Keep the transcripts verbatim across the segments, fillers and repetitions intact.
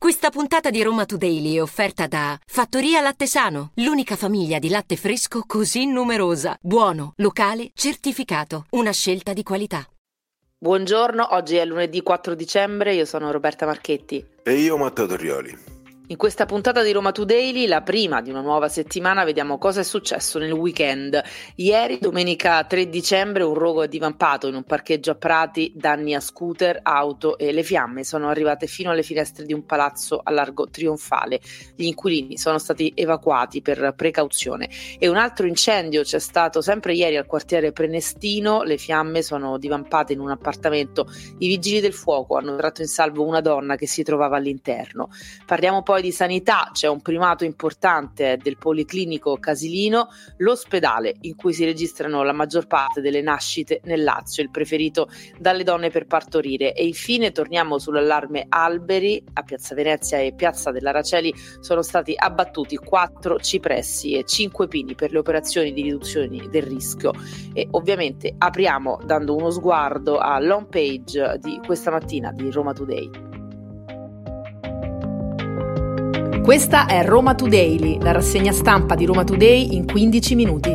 Questa puntata di Roma Today è offerta da Fattoria Latte Sano, l'unica famiglia di latte fresco così numerosa. Buono, locale, certificato. Una scelta di qualità. Buongiorno, oggi è lunedì quattro dicembre, io sono Roberta Marchetti. E io Matteo Torrioli. In questa puntata di Roma Today, la prima di una nuova settimana, vediamo cosa è successo nel weekend. Ieri, domenica tre dicembre, un rogo è divampato in un parcheggio a Prati, danni a scooter, auto e le fiamme sono arrivate fino alle finestre di un palazzo a largo trionfale. Gli inquilini sono stati evacuati per precauzione. E un altro incendio c'è stato sempre ieri al quartiere Prenestino, le fiamme sono divampate in un appartamento. I vigili del fuoco hanno tratto in salvo una donna che si trovava all'interno. Parliamo poi di sanità, c'è un primato importante del Policlinico Casilino, l'ospedale in cui si registrano la maggior parte delle nascite nel Lazio, il preferito dalle donne per partorire. E infine torniamo sull'allarme alberi. A Piazza Venezia e Piazza dell'Araceli sono stati abbattuti quattro cipressi e cinque pini per le operazioni di riduzione del rischio. E ovviamente apriamo dando uno sguardo all'home page di questa mattina di Roma Today. Questa è Roma Today, la rassegna stampa di Roma Today in quindici minuti.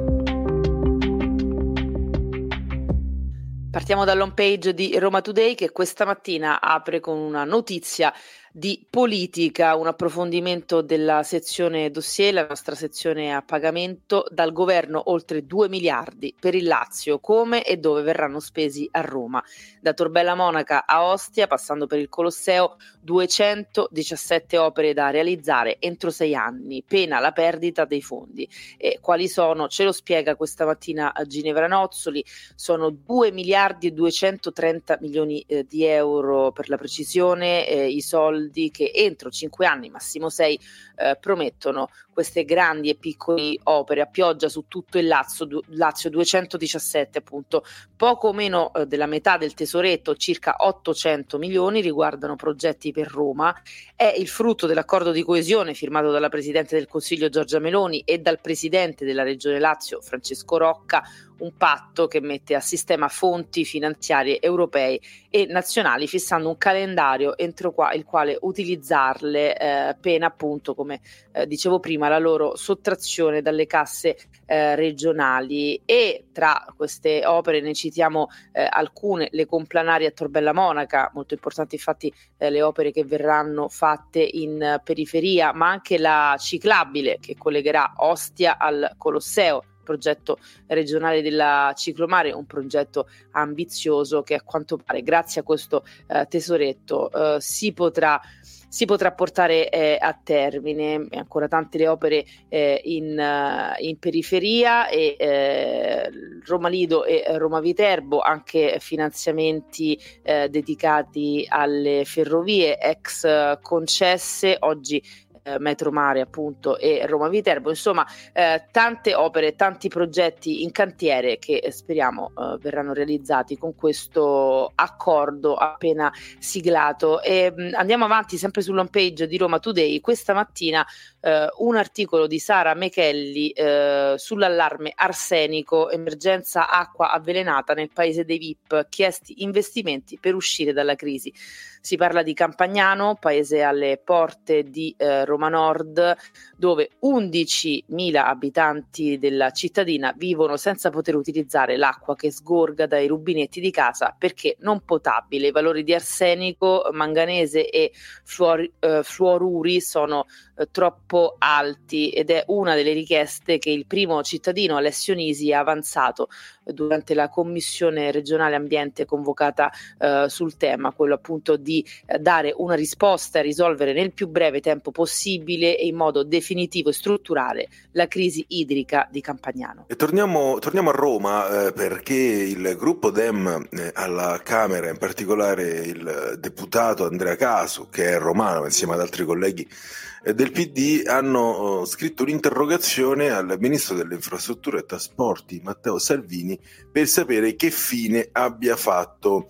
Partiamo dall'home page di Roma Today, che questa mattina apre con una notizia di politica, un approfondimento della sezione dossier, la nostra sezione a pagamento. Dal governo oltre due miliardi per il Lazio, come e dove verranno spesi a Roma. Da Torbella Monaca a Ostia, passando per il Colosseo, duecentodiciassette opere da realizzare entro sei anni, pena la perdita dei fondi. E quali sono? Ce lo spiega questa mattina a Ginevra Nozzoli. Sono due miliardi e duecentotrenta milioni eh, di euro per la precisione, eh, i soldi che entro cinque anni, massimo sei, eh, promettono queste grandi e piccole opere a pioggia su tutto il Lazio, du- Lazio duecentodiciassette appunto, poco meno eh, della metà del tesoretto, circa ottocento milioni, riguardano progetti per Roma. È il frutto dell'accordo di coesione firmato dalla Presidente del Consiglio Giorgia Meloni e dal Presidente della Regione Lazio Francesco Rocca, un patto che mette a sistema fonti finanziarie europee e nazionali, fissando un calendario entro qua, il quale utilizzarle, eh, pena appunto, come eh, dicevo prima, la loro sottrazione dalle casse eh, regionali. E tra queste opere ne citiamo eh, alcune: le complanari a Torbella Monaca, molto importanti infatti eh, le opere che verranno fatte in eh, periferia, ma anche la ciclabile che collegherà Ostia al Colosseo, progetto regionale della ciclomare, un progetto ambizioso che a quanto pare, grazie a questo eh, tesoretto, eh, si potrà si potrà portare eh, a termine. E ancora tante le opere eh, in, uh, in periferia, e eh, Roma Lido e Roma Viterbo, anche finanziamenti eh, dedicati alle ferrovie ex uh, concesse, oggi Metro Mare appunto e Roma Viterbo. Insomma, eh, tante opere, tanti progetti in cantiere che eh, speriamo eh, verranno realizzati con questo accordo appena siglato. E mh, andiamo avanti sempre sull'home page di Roma Today. Questa mattina eh, un articolo di Sara Mechelli eh, sull'allarme arsenico, emergenza acqua avvelenata nel paese dei V I P, chiesti investimenti per uscire dalla crisi. Si parla di Campagnano, paese alle porte di eh, Roma Nord, dove undicimila abitanti della cittadina vivono senza poter utilizzare l'acqua che sgorga dai rubinetti di casa perché non potabile. I valori di arsenico, manganese e fluor- eh, fluoruri sono eh, troppo alti, ed è una delle richieste che il primo cittadino, Alessio Nisi, ha avanzato eh, durante la commissione regionale ambiente convocata eh, sul tema, quello appunto di eh, dare una risposta e risolvere nel più breve tempo possibile e in modo definitivo e strutturale la crisi idrica di Campagnano. E torniamo, torniamo a Roma eh, perché il gruppo Dem eh, alla Camera, in particolare il deputato Andrea Casu, che è romano insieme ad altri colleghi eh, del P D, hanno eh, scritto un'interrogazione al ministro delle infrastrutture e trasporti Matteo Salvini per sapere che fine abbia fatto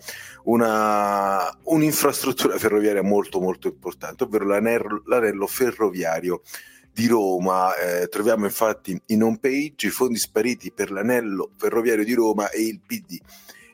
una un'infrastruttura ferroviaria molto molto importante, ovvero l'anello, l'anello ferroviario di Roma. Eh, troviamo infatti in home page i fondi spariti per l'anello ferroviario di Roma e il P D.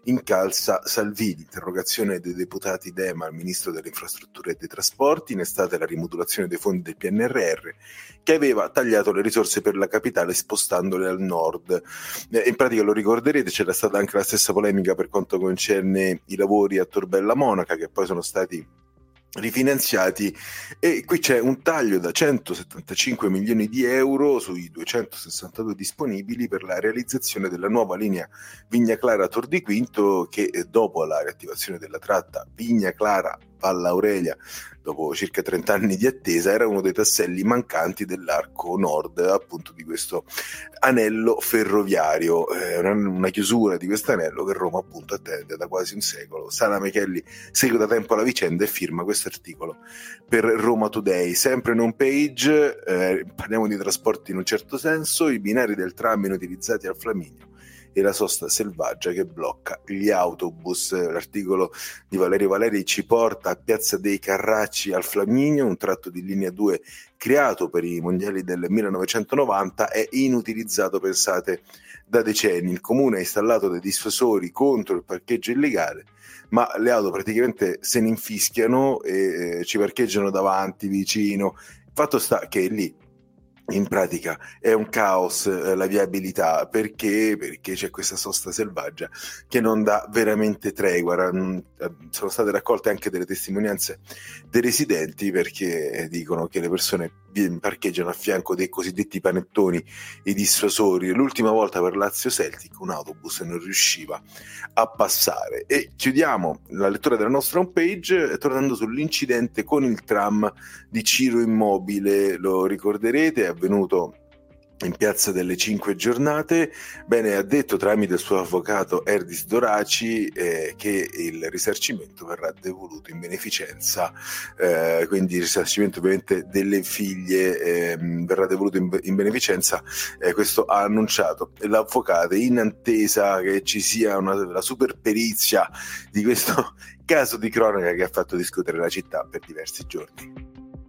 incalza Salvini. Interrogazione dei deputati Dem al ministro delle infrastrutture e dei trasporti, in estate la rimodulazione dei fondi del P N R R che aveva tagliato le risorse per la capitale spostandole al nord. Eh, in pratica, lo ricorderete, c'era stata anche la stessa polemica per quanto concerne i lavori a Tor Bella Monaca, che poi sono stati rifinanziati, e qui c'è un taglio da centosettantacinque milioni di euro sui duecentosessantadue disponibili per la realizzazione della nuova linea Vigna Clara Tor di Quinto, che dopo la riattivazione della tratta Vigna Clara Valla Aurelia, dopo circa trenta anni di attesa, era uno dei tasselli mancanti dell'arco nord, appunto, di questo anello ferroviario, eh, una, una chiusura di questo anello che Roma appunto attende da quasi un secolo. Sara Mechelli segue da tempo la vicenda e firma questo articolo per Roma Today. Sempre in home page, eh, parliamo di trasporti in un certo senso, i binari del tram inutilizzati al Flaminio e la sosta selvaggia che blocca gli autobus. L'articolo di Valerio Valeri ci porta a Piazza dei Carracci al Flaminio, un tratto di linea due creato per i mondiali del millenovecentonovanta, è inutilizzato, pensate, da decenni. Il comune ha installato dei dissuasori contro il parcheggio illegale, ma le auto praticamente se ne infischiano e eh, ci parcheggiano davanti, vicino. Il fatto sta che lì in pratica è un caos eh, la viabilità, perché perché c'è questa sosta selvaggia che non dà veramente tregua. Sono state raccolte anche delle testimonianze dei residenti, perché dicono che le persone parcheggiano a fianco dei cosiddetti panettoni, i dissuasori. L'ultima volta per Lazio Celtic un autobus non riusciva a passare. E chiudiamo la lettura della nostra homepage tornando sull'incidente con il tram di Ciro Immobile. Lo ricorderete, è avvenuto in Piazza delle Cinque Giornate. Bene, ha detto tramite il suo avvocato Erdis Doraci eh, che il risarcimento verrà devoluto in beneficenza, eh, quindi il risarcimento ovviamente delle figlie eh, verrà devoluto in, in beneficenza, eh, questo ha annunciato l'avvocato, in attesa che ci sia una, la super perizia di questo caso di cronaca che ha fatto discutere la città per diversi giorni.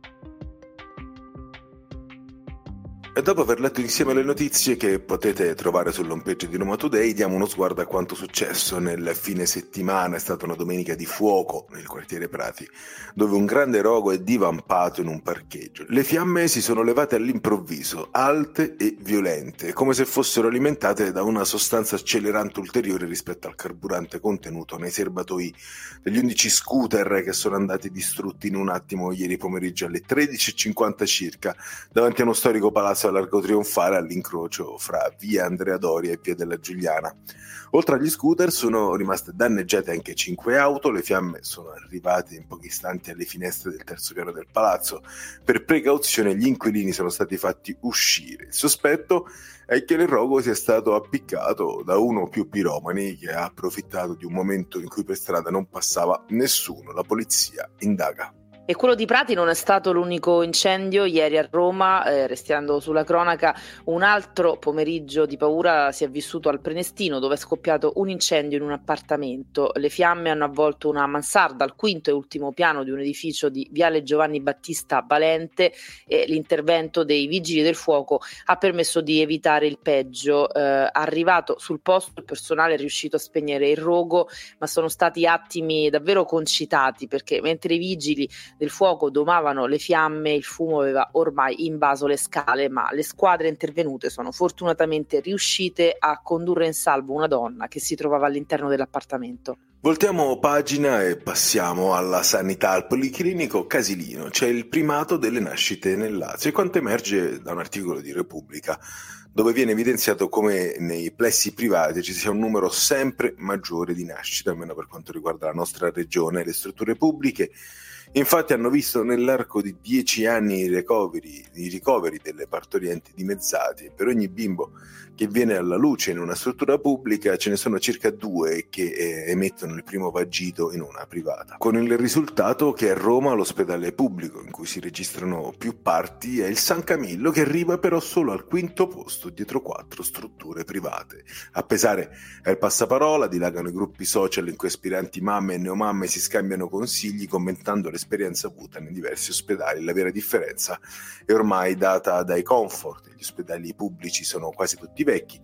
E dopo aver letto insieme le notizie che potete trovare sull'homepage di Roma Today, diamo uno sguardo a quanto successo nel fine settimana. È stata una domenica di fuoco nel quartiere Prati, dove un grande rogo è divampato in un parcheggio. Le fiamme si sono levate all'improvviso, alte e violente, come se fossero alimentate da una sostanza accelerante ulteriore rispetto al carburante contenuto nei serbatoi degli undici scooter che sono andati distrutti in un attimo ieri pomeriggio alle tredici e cinquanta circa, davanti a uno storico palazzo a Largo Trionfale, all'incrocio fra via Andrea Doria e via della Giuliana. Oltre agli scooter sono rimaste danneggiate anche cinque auto. Le fiamme sono arrivate in pochi istanti alle finestre del terzo piano del palazzo. Per precauzione gli inquilini sono stati fatti uscire. Il sospetto è che il rogo sia stato appiccato da uno o più piromani che ha approfittato di un momento in cui per strada non passava nessuno. La polizia indaga. E quello di Prati non è stato l'unico incendio ieri a Roma, eh, restando sulla cronaca. Un altro pomeriggio di paura si è vissuto al Prenestino, dove è scoppiato un incendio in un appartamento. Le fiamme hanno avvolto una mansarda al quinto e ultimo piano di un edificio di Viale Giovanni Battista Valente, e l'intervento dei vigili del fuoco ha permesso di evitare il peggio. Eh, arrivato sul posto il personale è riuscito a spegnere il rogo, ma sono stati attimi davvero concitati, perché mentre i vigili del fuoco domavano le fiamme, il fumo aveva ormai invaso le scale, ma le squadre intervenute sono fortunatamente riuscite a condurre in salvo una donna che si trovava all'interno dell'appartamento. Voltiamo pagina e passiamo alla sanità. Al Policlinico Casilino c'è il primato delle nascite nel Lazio, e quanto emerge da un articolo di Repubblica, dove viene evidenziato come nei plessi privati ci sia un numero sempre maggiore di nascite, almeno per quanto riguarda la nostra regione. Le strutture pubbliche infatti hanno visto nell'arco di dieci anni i ricoveri, i ricoveri delle partorienti dimezzati, e per ogni bimbo che viene alla luce in una struttura pubblica ce ne sono circa due che eh, emettono il primo vagito in una privata, con il risultato che a Roma l'ospedale pubblico in cui si registrano più parti è il San Camillo, che arriva però solo al quinto posto dietro quattro strutture private. A pesare è il passaparola, dilagano i gruppi social in cui aspiranti mamme e neomamme si scambiano consigli commentando l'esperienza avuta nei diversi ospedali. La vera differenza è ormai data dai comfort. Gli ospedali pubblici sono quasi tutti vecchi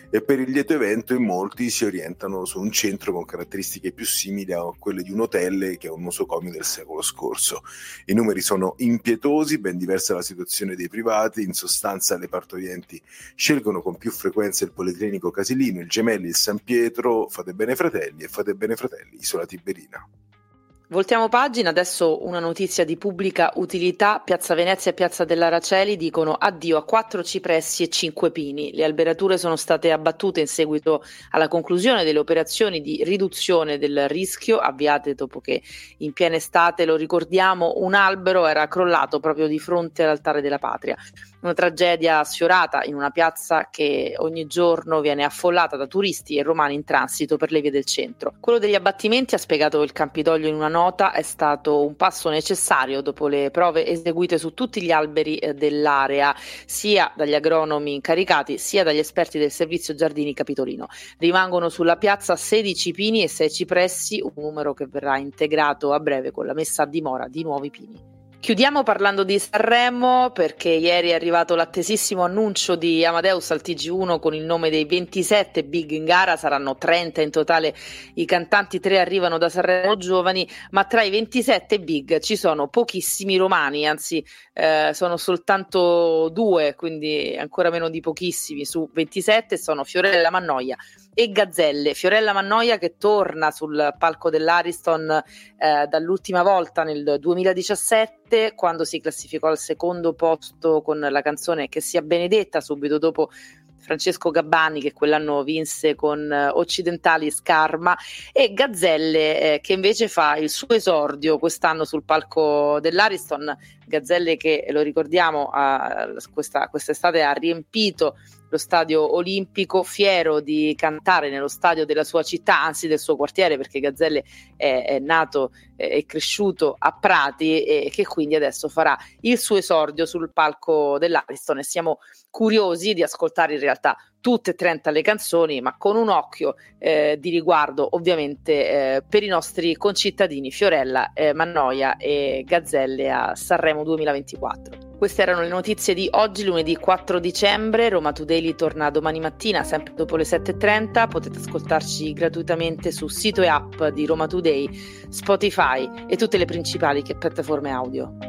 e per il lieto evento in molti si orientano su un centro con caratteristiche più simili a quelle di un hotel che è un nosocomio del secolo scorso. I numeri sono impietosi, ben diversa la situazione dei privati, in sostanza le partorienti scelgono con più frequenza il Policlinico Casilino, il Gemelli, il San Pietro, Fate Bene Fratelli e Fate Bene Fratelli, Isola Tiberina. Voltiamo pagina, adesso una notizia di pubblica utilità. Piazza Venezia e Piazza dell'Araceli dicono addio a quattro cipressi e cinque pini. Le alberature sono state abbattute in seguito alla conclusione delle operazioni di riduzione del rischio avviate dopo che in piena estate, lo ricordiamo, un albero era crollato proprio di fronte all'Altare della Patria. Una tragedia sfiorata in una piazza che ogni giorno viene affollata da turisti e romani in transito per le vie del centro. Quello degli abbattimenti, ha spiegato il Campidoglio in una nota, è stato un passo necessario dopo le prove eseguite su tutti gli alberi eh, dell'area, sia dagli agronomi incaricati sia dagli esperti del servizio giardini capitolino. Rimangono sulla piazza sedici pini e sei cipressi, un numero che verrà integrato a breve con la messa a dimora di nuovi pini. Chiudiamo parlando di Sanremo, perché ieri è arrivato l'attesissimo annuncio di Amadeus al T G uno con il nome dei ventisette big in gara. Saranno trenta in totale i cantanti, tre arrivano da Sanremo Giovani, ma tra i ventisette big ci sono pochissimi romani, anzi eh, sono soltanto due, quindi ancora meno di pochissimi su ventisette, sono Fiorella Mannoia e Gazzelle. Fiorella Mannoia che torna sul palco dell'Ariston eh, dall'ultima volta nel duemiladiciassette, quando si classificò al secondo posto con la canzone Che sia benedetta, subito dopo Francesco Gabbani che quell'anno vinse con eh, Occidentali Scarma, e Gazzelle eh, che invece fa il suo esordio quest'anno sul palco dell'Ariston. Gazzelle che, lo ricordiamo, ha, questa, quest'estate ha riempito lo stadio olimpico, fiero di cantare nello stadio della sua città, anzi del suo quartiere, perché Gazzelle è, è nato e cresciuto a Prati e che quindi adesso farà il suo esordio sul palco dell'Ariston, e siamo curiosi di ascoltare in realtà tutte e trenta le canzoni, ma con un occhio eh, di riguardo ovviamente eh, per i nostri concittadini Fiorella, eh, Mannoia e Gazzelle a Sanremo duemilaventiquattro. Queste erano le notizie di oggi, lunedì quattro dicembre. Roma Today torna domani mattina, sempre dopo le sette e trenta. Potete ascoltarci gratuitamente su sito e app di Roma Today, Spotify e tutte le principali piattaforme audio.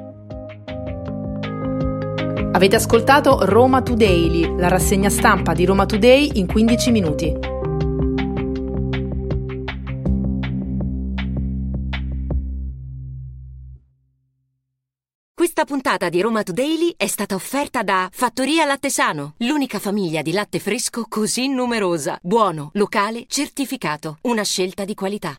Avete ascoltato Roma Today, la rassegna stampa di Roma Today in quindici minuti. Questa puntata di Roma Today è stata offerta da Fattoria Lattesano, l'unica famiglia di latte fresco così numerosa. Buono, locale, certificato. Una scelta di qualità.